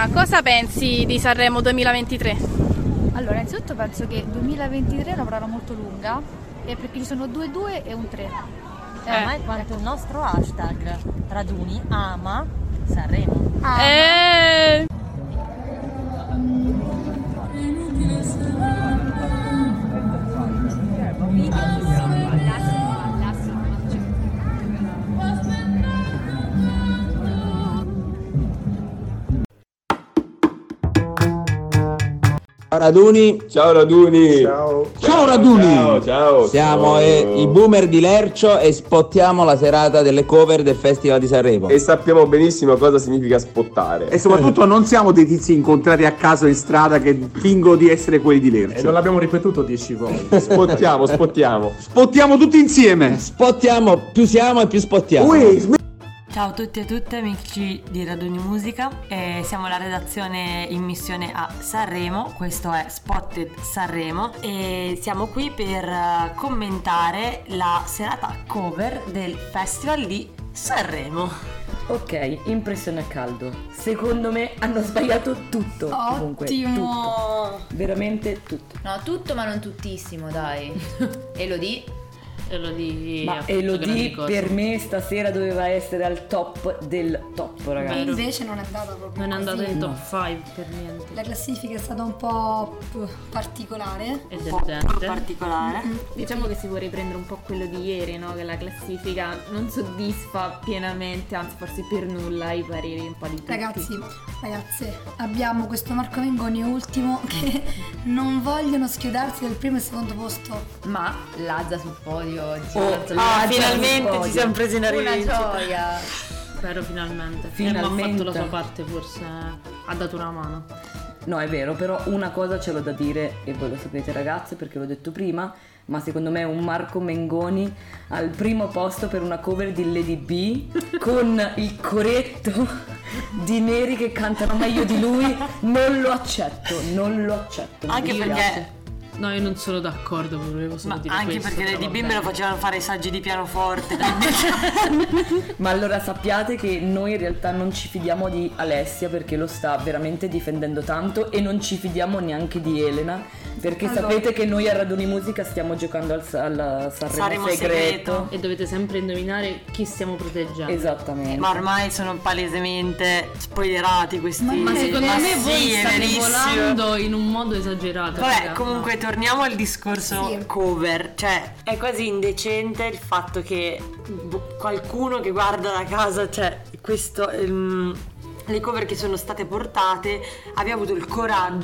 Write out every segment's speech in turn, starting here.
Elena, cosa pensi di Sanremo 2023? Allora, innanzitutto penso che 2023 è una parola molto lunga, perché ci sono 2 e un 3. Ma è quanto il nostro hashtag Raduni ama Sanremo. Raduni. Ciao Raduni. Ciao Raduni. Ciao. Siamo i boomer di Lercio e spottiamo la serata delle cover del Festival di Sanremo. E sappiamo benissimo cosa significa spottare. E soprattutto non siamo dei tizi incontrati a caso in strada che fingono di essere quelli di Lercio. E non l'abbiamo ripetuto 10 volte. Spottiamo. Spottiamo tutti insieme. Spottiamo, più siamo e più spottiamo. Ciao a tutti e tutte amici di Raduni Musica, siamo la redazione in missione a Sanremo, questo è Spotted Sanremo e siamo qui per commentare la serata cover del Festival di Sanremo. Ok, impressione a caldo. Secondo me hanno sbagliato tutto. Comunque, tutto. Veramente tutto. No, tutto ma non tuttissimo, dai. Elodie. Ma Elodie per me stasera doveva essere al top del top, ragazzi. E invece non è andata proprio. Non è andata in top 5 per niente. La classifica è stata un po' particolare. E Un po' particolare. Diciamo che si può riprendere un po' quello di ieri, no? Che la classifica non soddisfa pienamente, anzi forse per nulla i pareri un po' di tutti. Ragazze, abbiamo questo Marco Mengoni ultimo che non vogliono schiodarsi del primo e secondo posto. Ma Lazza sul podio oggi. Finalmente ci siamo presi una Una rivincita. gioia. Spero finalmente. Ma ha fatto la sua parte, forse ha dato una mano. No, è vero, però una cosa ce l'ho da dire e voi lo sapete ragazze perché l'ho detto prima, ma secondo me un Marco Mengoni al primo posto per una cover di Lady B con il coretto di neri che cantano meglio di lui, non lo accetto. Anche perché No, io non sono d'accordo, volevo solo dire anche questo, perché Lady però B va me lo bene. facevano fare i saggi di pianoforte, quindi Ma allora sappiate che noi in realtà non ci fidiamo di Alessia perché lo sta veramente difendendo tanto e non ci fidiamo neanche di Elena perché sapete che noi a Raduni Musica stiamo giocando al Sanremo segreto. E dovete sempre indovinare chi stiamo proteggendo. Esattamente. ma ormai sono palesemente spoilerati questi. Ma secondo me voi sì, è state verissimo. volando in un modo esagerato. Vabbè, raga. comunque torniamo al discorso Sì. cover. Cioè, è quasi indecente il fatto che qualcuno che guarda da casa, cioè, questo le cover che sono state portate abbia avuto il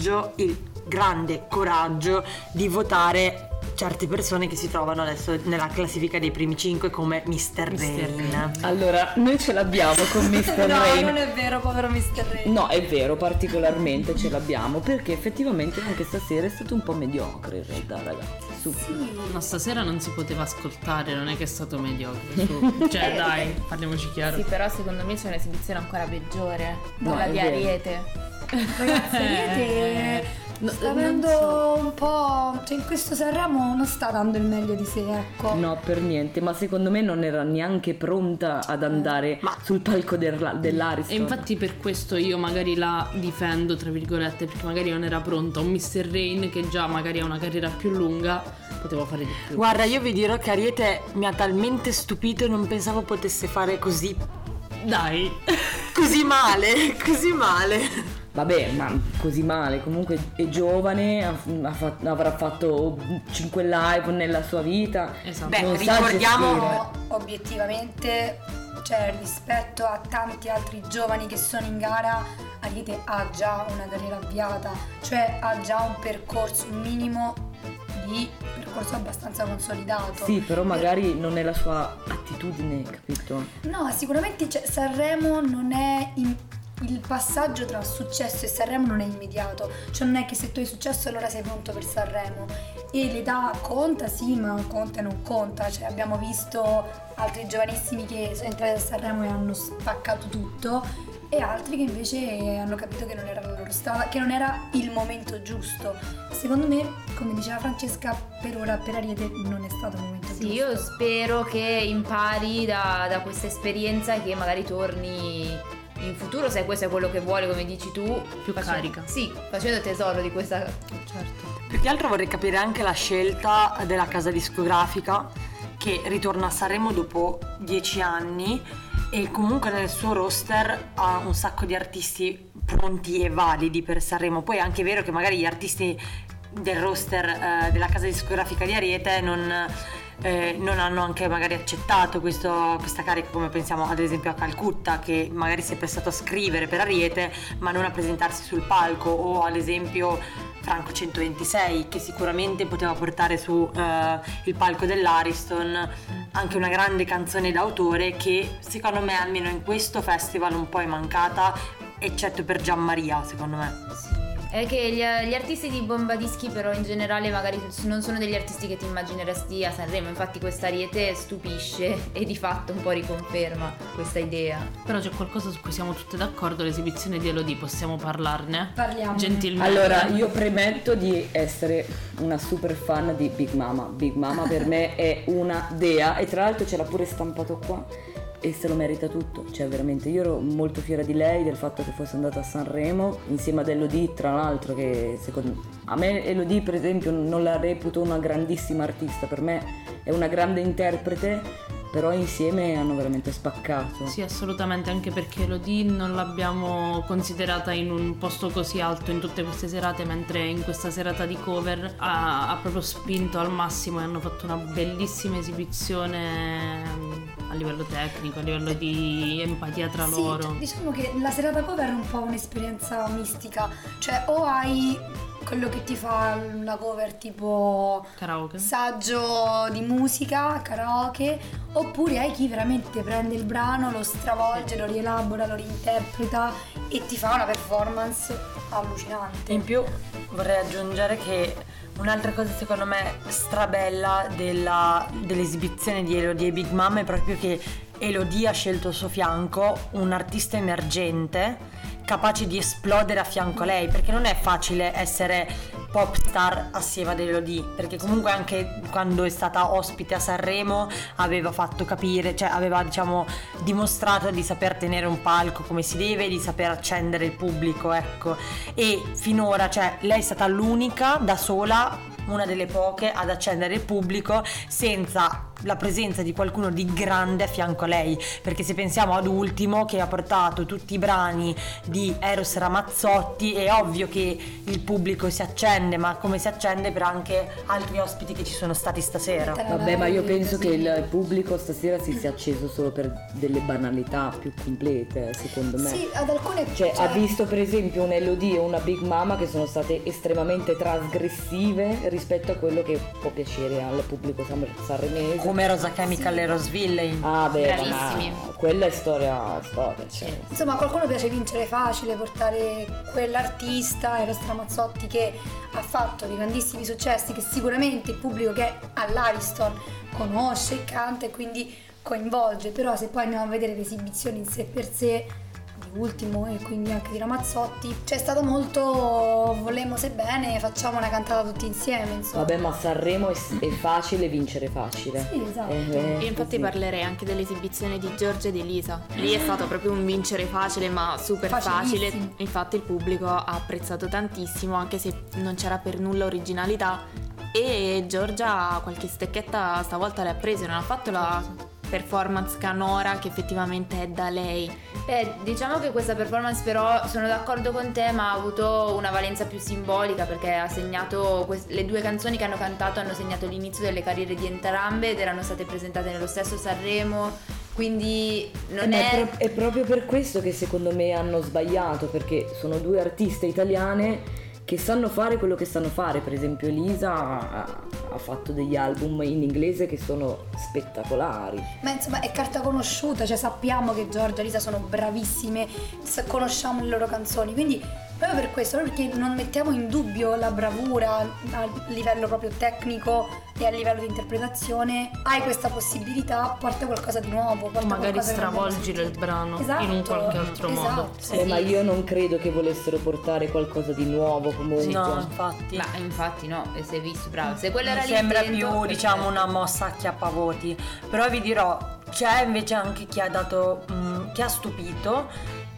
grande coraggio di votare certe persone che si trovano adesso nella classifica dei primi 5 come Mr. Rain. Allora, noi ce l'abbiamo con Mr. Rain. No, non è vero, povero Mr. Rain. No, è vero, particolarmente ce l'abbiamo perché effettivamente anche stasera è stato un po' mediocre in realtà, ragazzi. Su. Ma stasera non si poteva ascoltare, non è che è stato mediocre. Su. Cioè, dai, parliamoci chiaro. Sì, però secondo me c'è un'esibizione ancora peggiore. No, Quella è di vero. Ariete. Ragazzi, Ariete sta avendo un po', cioè in questo Sanremo non sta dando il meglio di sé, ecco. No, per niente, ma secondo me non era neanche pronta ad andare sul palco dell'Ariston. E infatti per questo io magari la difendo, tra virgolette, perché magari non era pronta. Un Mr. Rain che già magari ha una carriera più lunga, poteva fare di più. Guarda, io vi dirò che Ariete mi ha talmente stupito e non pensavo potesse fare così Dai. così male. Vabbè, ma così male, comunque è giovane, avrà fatto 5 live nella sua vita. Esatto. Beh, Non sa ricordiamo gestire. No, obiettivamente, cioè rispetto a tanti altri giovani che sono in gara, Ariete ha già una carriera avviata, cioè ha già un percorso, un minimo di percorso abbastanza consolidato. Sì, però magari non è la sua attitudine, capito? No, sicuramente Sanremo non è il passaggio tra successo e Sanremo non è immediato, cioè non è che se tu hai successo allora sei pronto per Sanremo, e l'età conta, sì, ma conta e non conta, cioè abbiamo visto altri giovanissimi che sono entrati a Sanremo e hanno spaccato tutto e altri che invece hanno capito che non era la loro strada, che non era il momento giusto. Secondo me, come diceva Francesca, per ora per Ariete non è stato il momento giusto. Sì, io spero che impari da questa esperienza e che magari torni in futuro, se questo è quello che vuole, come dici tu, Più carica. Sì, facendo tesoro di questa. Certo. Più che altro vorrei capire anche la scelta della casa discografica che ritorna a Sanremo dopo 10 anni e comunque nel suo roster ha un sacco di artisti pronti e validi per Sanremo. Poi è anche vero che magari gli artisti del roster della casa discografica di Ariete non hanno anche magari accettato questa carica, come pensiamo ad esempio a Calcutta, che magari si è prestato a scrivere per Ariete ma non a presentarsi sul palco, o ad esempio Franco 126, che sicuramente poteva portare su il palco dell'Ariston anche una grande canzone d'autore che secondo me almeno in questo festival un po' è mancata, eccetto per Gianmaria, secondo me. È che gli artisti di Bombadischi però in generale magari non sono degli artisti che ti immagineresti a Sanremo, infatti questa Ariete stupisce e di fatto un po' riconferma questa idea. Però c'è qualcosa su cui siamo tutte d'accordo, l'esibizione di Elodie, possiamo parlarne? Parliamo. Gentilmente. Allora, io premetto di essere una super fan di Big Mama. Big Mama per me è una dea e tra l'altro ce l'ha pure stampato qua e se lo merita tutto, cioè veramente io ero molto fiera di lei, del fatto che fosse andata a Sanremo insieme ad Elodie, tra l'altro, che secondo a me Elodie per esempio non la reputo una grandissima artista, per me è una grande interprete, però insieme hanno veramente spaccato. Sì, assolutamente, anche perché Elodie non l'abbiamo considerata in un posto così alto in tutte queste serate, mentre in questa serata di cover ha proprio spinto al massimo e hanno fatto una bellissima esibizione a livello tecnico, a livello di empatia tra loro. Cioè, diciamo che la serata cover è un po' un'esperienza mistica, cioè o hai quello che ti fa la cover tipo Karaoke, saggio di musica, karaoke, oppure hai chi veramente prende il brano, lo stravolge, lo rielabora, lo reinterpreta e ti fa una performance allucinante. In più vorrei aggiungere che un'altra cosa secondo me strabella dell'esibizione di Elodie e Big Mama è proprio che Elodie ha scelto al suo fianco un artista emergente capace di esplodere a fianco a lei, perché non è facile essere pop star assieme ad Elodie, perché comunque anche quando è stata ospite a Sanremo aveva fatto capire, cioè aveva dimostrato di saper tenere un palco come si deve, di saper accendere il pubblico, ecco, e finora lei è stata l'unica da sola, una delle poche ad accendere il pubblico senza la presenza di qualcuno di grande a fianco a lei, perché se pensiamo ad Ultimo che ha portato tutti i brani di Eros Ramazzotti è ovvio che il pubblico si accende, ma come si accende per anche altri ospiti che ci sono stati stasera. Vabbè, ma io penso che il pubblico stasera si sia acceso solo per delle banalità più complete, secondo me. Sì, ad alcune ha visto per esempio un Elodie e una Big Mama che sono state estremamente trasgressive rispetto a quello che può piacere al pubblico sanremese, come Rosa Chemical e Rose Villain. Ah beh, bravissimi. ma quella è storia cioè. Insomma, a qualcuno piace vincere facile, portare quell'artista, Eros Ramazzotti, che ha fatto dei grandissimi successi che sicuramente il pubblico che è all'Ariston conosce e canta e quindi coinvolge, però se poi andiamo a vedere le esibizioni in sé per sé di Ultimo e quindi anche di Ramazzotti, c'è stato molto volemo se bene, facciamo una cantata tutti insieme, insomma. Vabbè, ma Sanremo è facile vincere facile. Sì, esatto. Io infatti così. parlerei anche dell'esibizione di Giorgia ed Elisa. Lì è stato proprio un vincere facile, ma super facile. Facilissimo. Infatti il pubblico ha apprezzato tantissimo, anche se non c'era per nulla originalità. E Giorgia qualche stecchetta stavolta le ha prese, non ha fatto la performance canora che effettivamente è da lei. Diciamo che questa performance però, sono d'accordo con te, ma ha avuto una valenza più simbolica, perché ha segnato le due canzoni che hanno cantato hanno segnato l'inizio delle carriere di entrambe ed erano state presentate nello stesso Sanremo, quindi non è proprio per questo che secondo me hanno sbagliato, perché sono due artiste italiane che sanno fare quello che sanno fare. Per esempio Elisa ha fatto degli album in inglese che sono spettacolari. Ma insomma è carta conosciuta, cioè sappiamo che Giorgia e Elisa sono bravissime, conosciamo le loro canzoni, quindi proprio per questo, proprio perché non mettiamo in dubbio la bravura a livello proprio tecnico e a livello di interpretazione, hai questa possibilità, porta qualcosa di nuovo, porta magari stravolgi il brano in un qualche altro modo. Sì. Ma io non credo che volessero portare qualcosa di nuovo comunque. No, infatti. Ma infatti no, e si è visto, bravo. Se quello era mi sembra l'intento, più una mossa a chiappavoti. Però vi dirò, c'è invece anche chi ha dato che ha stupito,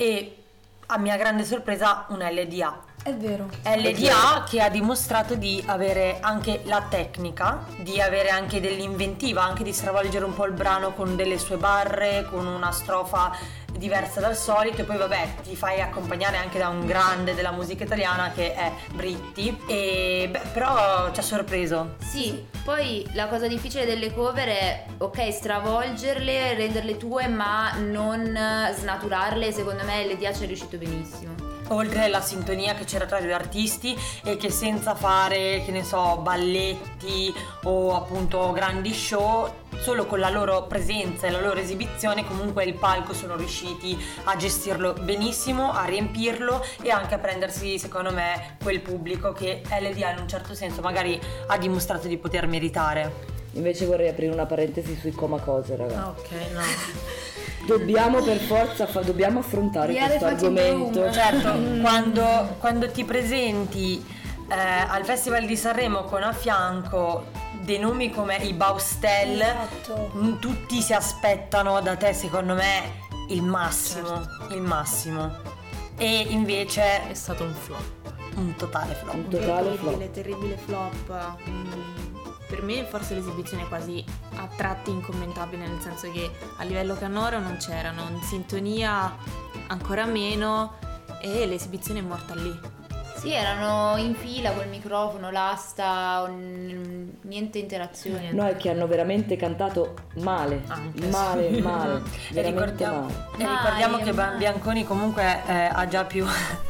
e a mia grande sorpresa un LDA. È vero. LDA che ha dimostrato di avere anche la tecnica, di avere anche dell'inventiva, anche di stravolgere un po' il brano con delle sue barre, con una strofa diversa dal solito, e poi vabbè ti fai accompagnare anche da un grande della musica italiana che è Britti, e però ci ha sorpreso. Sì, poi la cosa difficile delle cover è ok stravolgerle, renderle tue, ma non snaturarle. Secondo me LDA ci è riuscito benissimo. Oltre alla sintonia che c'era tra i due artisti, e che senza fare, che ne so, balletti o appunto grandi show, solo con la loro presenza e la loro esibizione comunque il palco sono riusciti a gestirlo benissimo, a riempirlo e anche a prendersi, secondo me, quel pubblico che LDA in un certo senso magari ha dimostrato di poter meritare. Invece vorrei aprire una parentesi sui Comacose, ragazzi. Ok, no. Dobbiamo per forza dobbiamo affrontare questo argomento. Certo, quando ti presenti al Festival di Sanremo con a fianco dei nomi come i Baustelle, tutti si aspettano da te, secondo me, il massimo, il massimo. E invece è stato un flop. Un totale flop. Un totale terribile flop. Per me forse l'esibizione è quasi a tratti incommentabile, nel senso che a livello canoro non c'erano, in sintonia ancora meno, e l'esibizione è morta lì. Sì, erano in fila col microfono, l'asta, niente interazione. No, è che hanno veramente cantato male, male, e ricordiamo che Bianconi comunque ha già più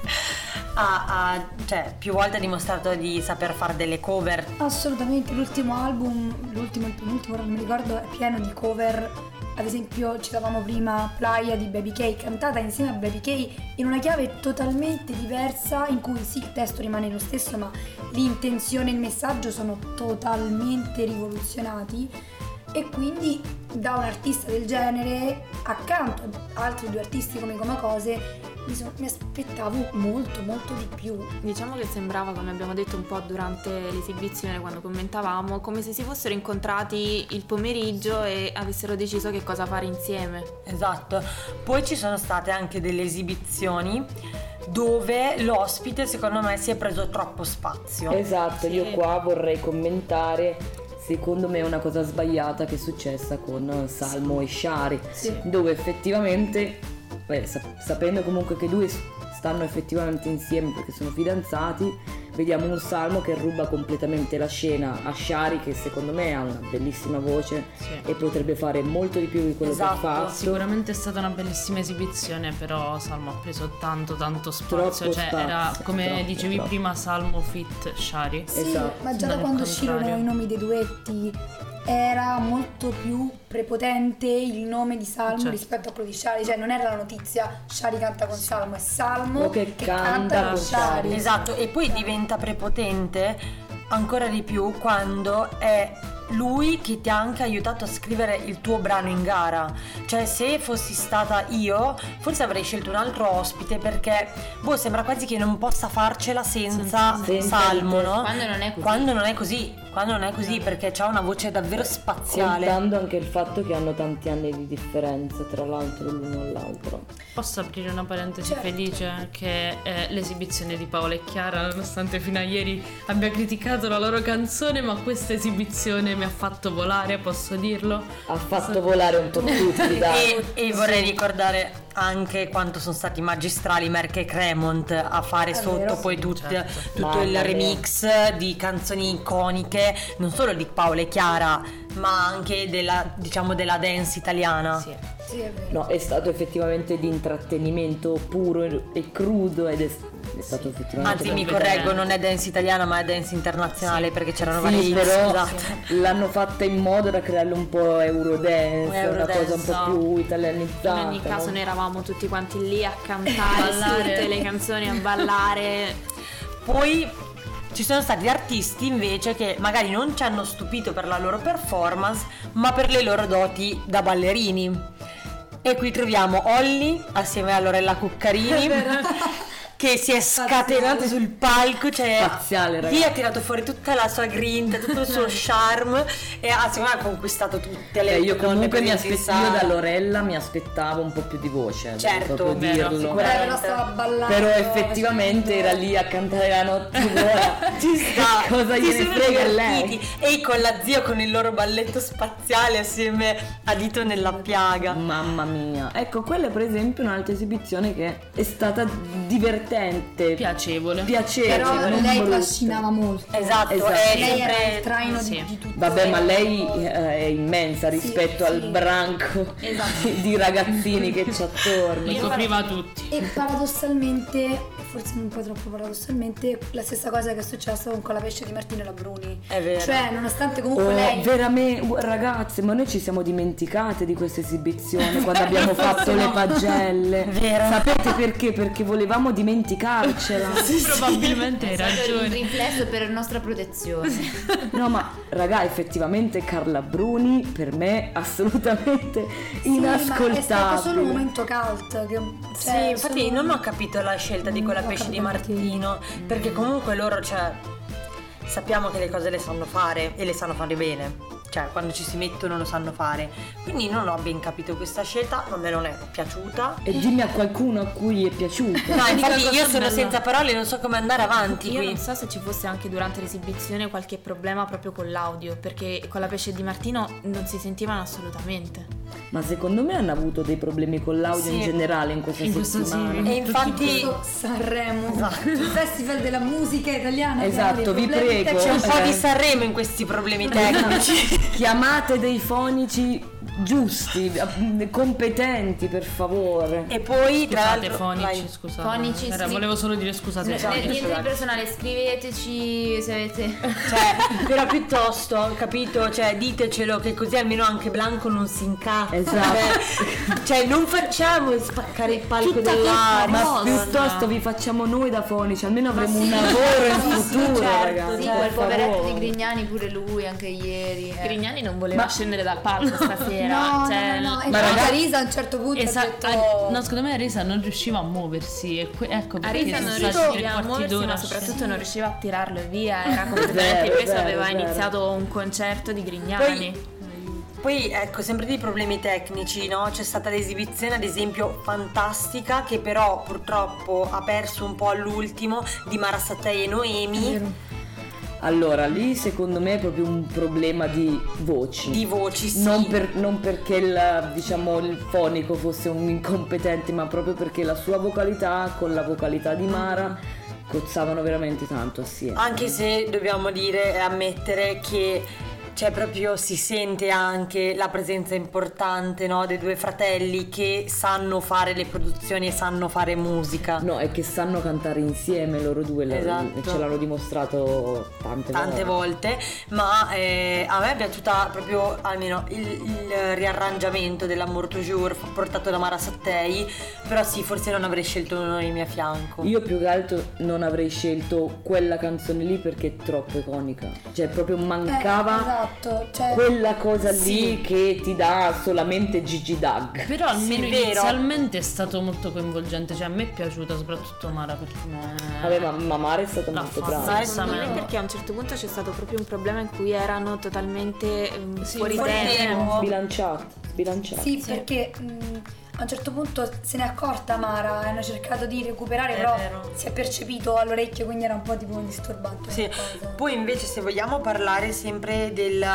cioè più volte ha dimostrato di saper fare delle cover. Assolutamente, l'ultimo album, il penultimo non mi ricordo, è pieno di cover. Ad esempio citavamo prima Playa di Baby K, cantata insieme a Baby K in una chiave totalmente diversa, in cui sì, il testo rimane lo stesso, ma l'intenzione e il messaggio sono totalmente rivoluzionati. E quindi da un artista del genere, accanto ad altri due artisti come Comacose, mi aspettavo molto di più. Diciamo che sembrava, come abbiamo detto un po' durante l'esibizione quando commentavamo, come se si fossero incontrati il pomeriggio e avessero deciso che cosa fare insieme. Esatto. Poi ci sono state anche delle esibizioni dove l'ospite secondo me si è preso troppo spazio. Esatto, sì. Io qua vorrei commentare, secondo me è una cosa sbagliata che è successa con Salmo e Shari, sì. Dove effettivamente sapendo comunque che due stanno effettivamente insieme perché sono fidanzati, vediamo un Salmo che ruba completamente la scena a Shari, che secondo me ha una bellissima voce, sì. E potrebbe fare molto di più di quello che ha fatto. Sicuramente è stata una bellissima esibizione, però Salmo ha preso tanto spazio, era come dicevi prima, Salmo fit Shari. Sì, esatto. Ma già da quando uscirono i nomi dei duetti era molto più prepotente il nome di Salmo, rispetto a quello di Shari, cioè non era la notizia Shari canta con Salmo, è Salmo che canta con Shari. Esatto, e poi diventa prepotente ancora di più quando è lui che ti ha anche aiutato a scrivere il tuo brano in gara. Cioè, se fossi stata io, forse avrei scelto un altro ospite, perché sembra quasi che non possa farcela senza Salmo, no? Quando non è così, perché c'ha una voce davvero spaziale. Contando anche il fatto che hanno tanti anni di differenza tra l'altro l'uno e l'altro. Posso aprire una parentesi felice? Che è l'esibizione di Paola e Chiara, nonostante fino a ieri abbia criticato la loro canzone, ma questa esibizione mi ha fatto volare, posso dirlo? Ha fatto volare un po' tutti, dai. E vorrei ricordare anche quanto sono stati magistrali Merck e Cremont a fare sotto poi tutto il remix di canzoni iconiche, non solo di Paola e Chiara, ma anche della dance italiana. Sì, è vero. No, è stato effettivamente di intrattenimento puro e crudo, ed è stato effettivamente. Anzi, mi correggo, non è dance italiana ma è dance internazionale, perché c'erano vari però l'hanno fatta in modo da crearle un po' Eurodance, una cosa un po' più italianizzata. In ogni caso noi eravamo tutti quanti lì a cantare tutte le canzoni, a ballare. Poi ci sono stati artisti invece che magari non ci hanno stupito per la loro performance, ma per le loro doti da ballerini. E qui troviamo Olly assieme a Lorella Cuccarini che si è scatenato sul palco, cioè Spaziale, ragazzi. lì ha tirato fuori tutta la sua grinta, tutto il suo charme e secondo me ha conquistato tutte le Io donne comunque presenti in io sala. da Lorella mi aspettavo un po' più di voce, Certo, devo proprio vero, dirlo. sicuramente. Però stava ballando. Però effettivamente era lì a cantare la notte buona. Ci sta, Cosa si gliene sono frega a lei? divertiti. E con la zia con il loro balletto spaziale assieme a Dito nella piaga. Mamma mia. Ecco, quella per esempio è un'altra esibizione che è stata divertente, Piacevole. Però non lei brutta. trascinava molto. Esatto, Esatto. è Lei era sempre il traino Sì. di tutto. Vabbè, ma lei è immensa rispetto al branco di ragazzini che c'è attorno. Li copriva tutti. E paradossalmente, forse un po' troppo paradossalmente, la stessa cosa che è successa con la pesce di Martino e la Bruni. È vero. Cioè, nonostante comunque lei... Veramente, ragazze, ma noi ci siamo dimenticate di questa esibizione quando abbiamo fatto le pagelle. Vero. Sapete perché? Perché volevamo dimenticarcela. Probabilmente hai È stato un ragione. riflesso per nostra protezione. No, ma raga, effettivamente Carla Bruni per me assolutamente inascoltabile. Ma è stato solo un momento cult. Sì, infatti non ho capito la scelta di quella Non ho pesce di capito anche Martino, perché comunque loro, cioè, sappiamo che le cose le sanno fare e le sanno fare bene. Cioè, quando ci si mettono lo sanno fare. Quindi non ho ben capito questa scelta, a me non è piaciuta. E dimmi a qualcuno a cui è piaciuta. No, infatti cosa io sono bella. senza parole, non so come andare avanti Io qui. non so se ci fosse anche durante l'esibizione qualche problema proprio con l'audio, perché con la pesce di Martino non si sentivano assolutamente. Ma secondo me hanno avuto dei problemi con l'audio Sì. in generale in questa In questo settimana. E infatti Sanremo, Esatto. il festival della musica italiana. Esatto, vi prego. c'è un po' di Eh. Sanremo in questi problemi tecnici. Chiamate dei fonici giusti, competenti, per favore. E poi tra Scusate, l'altro fonici, vai. scusate. Fonici, Era, sì. volevo solo dire scusate. Niente di personale, scriveteci se avete... Cioè, però piuttosto, capito? Cioè, ditecelo che così almeno anche Blanco non si incazza. Esatto. Cioè, non facciamo spaccare il palco Tutta dell'aria. Ma piuttosto vi facciamo noi da fonici, almeno avremo un lavoro in futuro, certo, ragazzi. Sì, per quel poveretto favore. di Grignani pure lui, anche ieri. Grignani non voleva scendere dal palco stasera. No, cioè, no. E Ma poi ragazzi- Arisa a un certo punto ha detto... no, secondo me Arisa non riusciva a muoversi. Ecco perché Arisa sono non stati riusciva 3 a quarti muoversi, d'ora. ma soprattutto non riusciva a tirarlo via. Era completamente Vero, preso, vero, aveva vero. iniziato un concerto di Grignani. Poi ecco, sempre dei problemi tecnici, no? C'è stata l'esibizione, ad esempio, fantastica, che però purtroppo ha perso un po' all'ultimo, di Mara Sattei e Noemi. Allora, lì secondo me è proprio un problema di voci. Di voci, sì. Non perché il fonico fosse un incompetente, ma proprio perché la sua vocalità con la vocalità di Mara cozzavano veramente tanto assieme. Anche se dobbiamo dire e ammettere che cioè proprio si sente anche la presenza importante, no, dei due fratelli che sanno fare le produzioni e sanno fare musica. No, è che sanno cantare insieme loro due, Esatto. ce l'hanno dimostrato tante volte, ma a me è piaciuta proprio almeno il riarrangiamento dell'Amour Toujours portato da Mara Sattei, però sì, forse non avrei scelto uno dei miei a fianco. Io più che altro non avrei scelto quella canzone lì perché è troppo iconica, cioè proprio mancava Esatto, cioè... quella cosa lì Sì. che ti dà solamente Gigi Doug. Però almeno Sì, vero. inizialmente è stato molto coinvolgente. Cioè a me è piaciuta soprattutto Mara perché Vabbè, ma Mara è stata l'ha molto fatta brava. Secondo me veramente. perché a un certo punto c'è stato proprio un problema in cui erano totalmente fuori fuori tempo. tempo. Sbilanciato. Sì, perché a un certo punto se n'è accorta Mara e hanno cercato di recuperare, È però vero. si è percepito all'orecchio, quindi era un po' tipo disturbante. Sì. quella cosa. Poi invece se vogliamo parlare sempre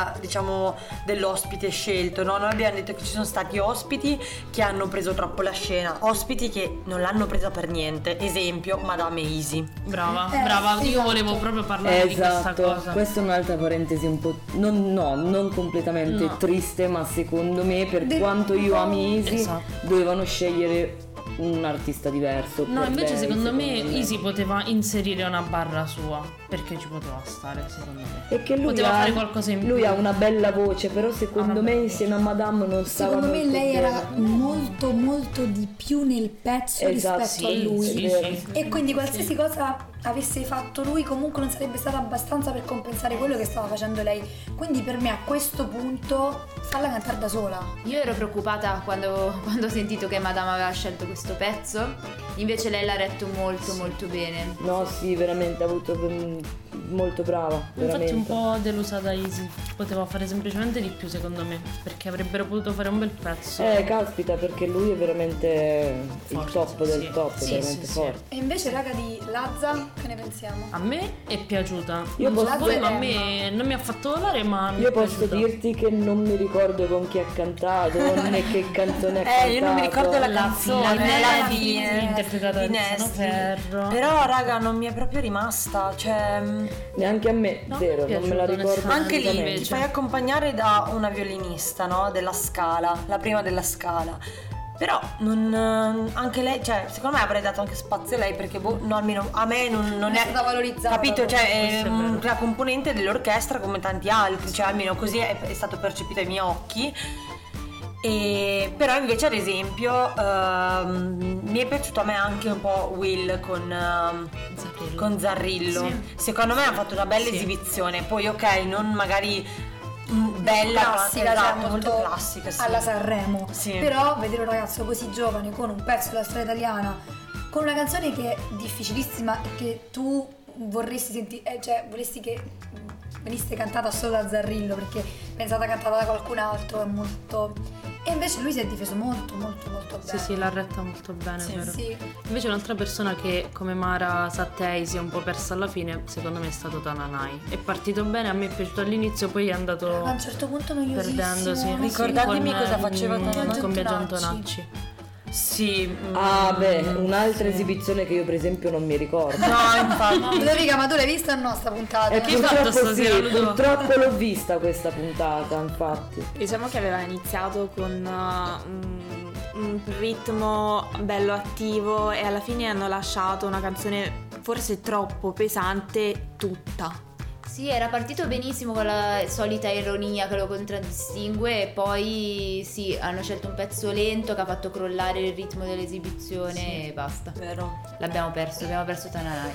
dell'ospite scelto, no? Noi abbiamo detto che ci sono stati ospiti che hanno preso troppo la scena, ospiti che non l'hanno presa per niente, esempio Madame Easy. Brava, Esatto. io volevo proprio parlare di questa Esatto, cosa. questa è un'altra parentesi un po', non completamente No. triste, ma secondo me per quanto io ami Easy Esatto. dovevano scegliere un artista diverso. No, per invece lei, secondo me Easy poteva inserire una barra sua, perché ci poteva stare secondo me. E che lui, poteva fare qualcosa in lui più. ha una bella voce, però secondo me insieme a Madame non stava Secondo me molto lei bene. era molto di più nel pezzo Esatto, rispetto a sì, lui. sì, vero. sì. E quindi qualsiasi cosa avesse fatto lui comunque non sarebbe stata abbastanza per compensare quello che stava facendo lei. Quindi per me a questo punto falla cantare da sola. Io ero preoccupata quando ho sentito che Madame aveva scelto questo questo pezzo, invece lei l'ha retto molto molto bene. No, sì, veramente ha avuto molto brava, veramente. Infatti un po' delusa da Easy, poteva fare semplicemente di più secondo me, perché avrebbero potuto fare un bel pezzo. Caspita, perché lui è veramente forte, il top del top, sì, è veramente forte. E invece raga di Lazza, che ne pensiamo? A me è piaciuta. Io Non so posso- voi, ma a me non mi ha fatto volare, ma mi Io è posso piaciuta. dirti che non mi ricordo con chi ha cantato, né che canzone ha cantato. Io non mi ricordo la La canzone, fine, la fine interpretata da di Tiziano Nesti. Ferro. Però raga non mi è proprio rimasta, cioè Neanche a me, No, zero, mi è non me la piaciuto, ricordo. anche lì assolutamente. ti fai accompagnare da una violinista, no? Della Scala, la prima della Scala. Però anche lei, cioè secondo me avrei dato anche spazio a lei perché no, almeno a me non È è stata valorizzata. capito, cioè è Questo è vero. una componente dell'orchestra come tanti altri, cioè almeno così è stato percepito ai miei occhi. Però invece ad esempio mi è piaciuto a me anche un po' Will con Zarrillo. Sì. Secondo me ha fatto una bella Sì. esibizione. Poi ok, non magari bella, classica, esatto, cioè molto classica, sì. alla Sanremo. Sì. Però vedere un ragazzo così giovane con un pezzo della storia italiana, con una canzone che è difficilissima e che tu vorresti sentire, cioè vorresti che venisse cantata solo da Zarrillo, perché è stata cantata da qualcun altro, è molto... E invece lui si è difeso molto molto molto bene. Sì, l'ha retta molto bene, Sì. vero? Sì. Invece un'altra persona che come Mara Sattei si è un po' persa alla fine, secondo me è stato Tananai. È partito bene, a me è piaciuto all'inizio, poi è andato A un certo punto noiosissimo. perdendosi. Ricordatemi Con, cosa faceva Tananai. con Biagio Antonacci. Antonacci. Sì. Ah beh, un'altra esibizione che io per esempio non mi ricordo. No, infatti. Ludovica, ma tu l'hai vista o no sta puntata? E che hai fatto purtroppo sì, stasera, Ludo? purtroppo l'ho vista questa puntata, infatti. Diciamo che aveva iniziato con un ritmo bello attivo e alla fine hanno lasciato una canzone forse troppo pesante tutta. Sì, era partito benissimo con la solita ironia che lo contraddistingue e poi sì, hanno scelto un pezzo lento che ha fatto crollare il ritmo dell'esibizione e basta. Vero. Abbiamo perso Tananai.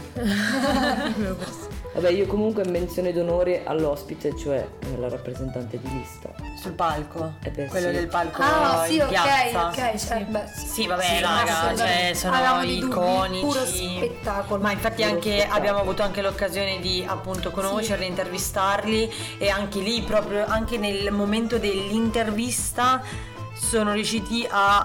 Vabbè, io comunque menzione d'onore all'ospite, cioè la rappresentante di lista. Sul palco. beh, Quello sì. del palco Ah sì, in ok, piazza. ok, cioè, beh, Sì, vabbè, sì, raga, assolutamente. cioè, sono Avevamo dei dubbi, iconici. puro spettacolo. Ma infatti Puro anche spettacolo. abbiamo avuto anche l'occasione di appunto conoscerli, intervistarli e anche lì proprio anche nel momento dell'intervista sono riusciti a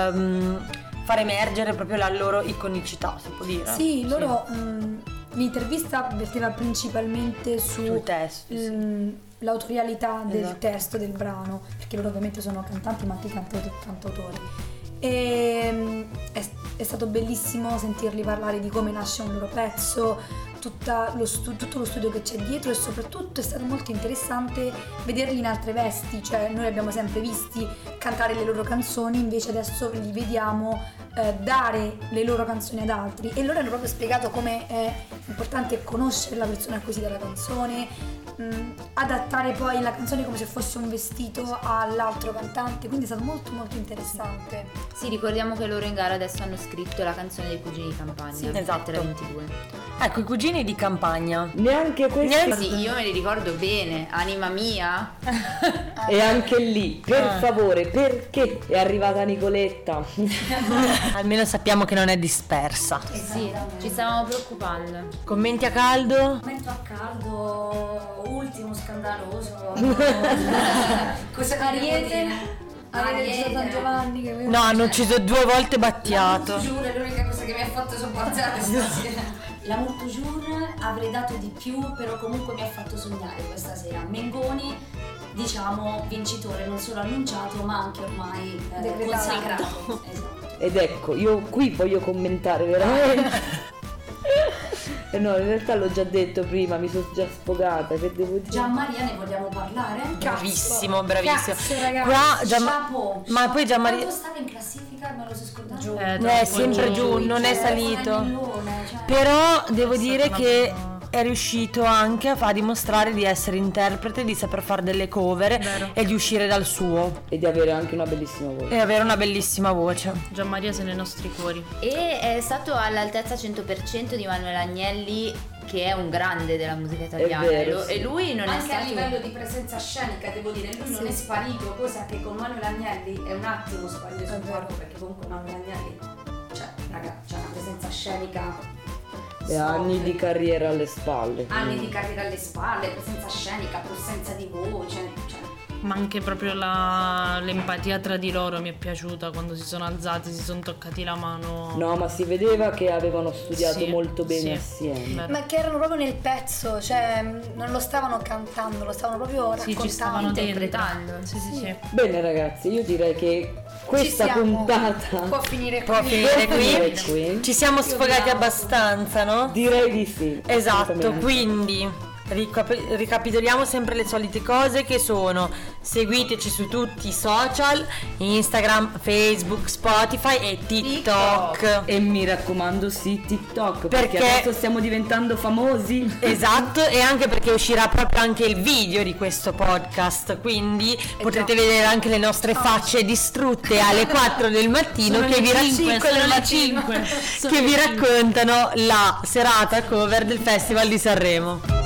far emergere proprio la loro iconicità, si può dire. Sì, loro l'intervista verteva principalmente Sul testo, sì. l'autorialità del Esatto. testo del brano, perché loro ovviamente sono cantanti ma anche cantautori. E è stato bellissimo sentirli parlare di come nasce un loro pezzo, tutto lo studio che c'è dietro, e soprattutto è stato molto interessante vederli in altre vesti, cioè noi li abbiamo sempre visti cantare le loro canzoni, invece adesso li vediamo dare le loro canzoni ad altri, e loro hanno proprio spiegato come è importante conoscere la persona a cui si dà la canzone, adattare poi la canzone come se fosse un vestito all'altro cantante, quindi è stato molto molto interessante. Sì, ricordiamo che loro in gara adesso hanno scritto la canzone dei Cugini di Campagna, Sì, esatto. lettera 22. Ecco, i Cugini di Campagna. Neanche questo. Sì, io me li ricordo bene, Anima Mia. E anche lì, per favore, perché è arrivata Nicoletta? Almeno sappiamo che non è dispersa. Sì, ci stavamo preoccupando. Commenti a caldo? Momento a caldo, ultimo scandaloso. Cosa Ariete di San Giovanni che No, hanno ucciso 2 volte Battiato. Giuro, è l'unica cosa che mi ha fatto sobbalzare stasera. La Murtujur avrei dato di più, però comunque mi ha fatto sognare questa sera. Mengoni, diciamo, vincitore non solo annunciato ma anche ormai Decretato. consacrato. Esatto. Ed ecco, io qui voglio commentare veramente. No, in realtà l'ho già detto prima, mi sono già sfogata, che devo dire? Gianmaria, ne vogliamo parlare? Bravissimo, bravissimo. Cazzo, ragazzi. Qua Chapeau. ma poi Gianmaria Quanto stava in classifica? Me lo sei scordato? Giù. è sempre giù, non è salito. Però devo dire che è riuscito anche a dimostrare di essere interprete, di saper fare delle cover Vero. e di uscire dal suo E di avere anche una bellissima voce. e avere una bellissima voce. Gianmaria sei nei nostri cuori. E è stato all'altezza 100% di Manuel Agnelli, che è un grande della musica italiana. vero, E lui non è Anche a stato... livello di presenza scenica, devo dire, lui non è sparito, cosa che con Manuel Agnelli è un attimo sparito sul palco, perché comunque Manuel Agnelli raga, c'è una presenza scenica. E anni di carriera alle spalle. Anni di carriera alle spalle, presenza scenica, possenza di voce, cioè. Ma anche proprio l'empatia tra di loro mi è piaciuta quando si sono alzati, si sono toccati la mano. No, ma si vedeva che avevano studiato Sì, molto bene sì. assieme. Ma che erano proprio nel pezzo, cioè non lo stavano cantando, lo stavano proprio raccontando. Sì, ci stavano interpretando. Sì. Bene ragazzi, io direi che questa Ci siamo. puntata Può finire Può qui. finire finire qui. qui. Ci siamo sfogati abbastanza, no? Direi di sì. Esatto, assolutamente. quindi ricapitoliamo sempre le solite cose che sono: seguiteci su tutti i social, Instagram, Facebook, Spotify e TikTok. E mi raccomando sì, TikTok, perché adesso stiamo diventando famosi. Esatto, e anche perché uscirà proprio anche il video di questo podcast, quindi potrete vedere anche le nostre facce distrutte alle 4 del mattino Sono che le vi 5 del del mattino, mattino. che vi raccontano la serata cover del Festival di Sanremo.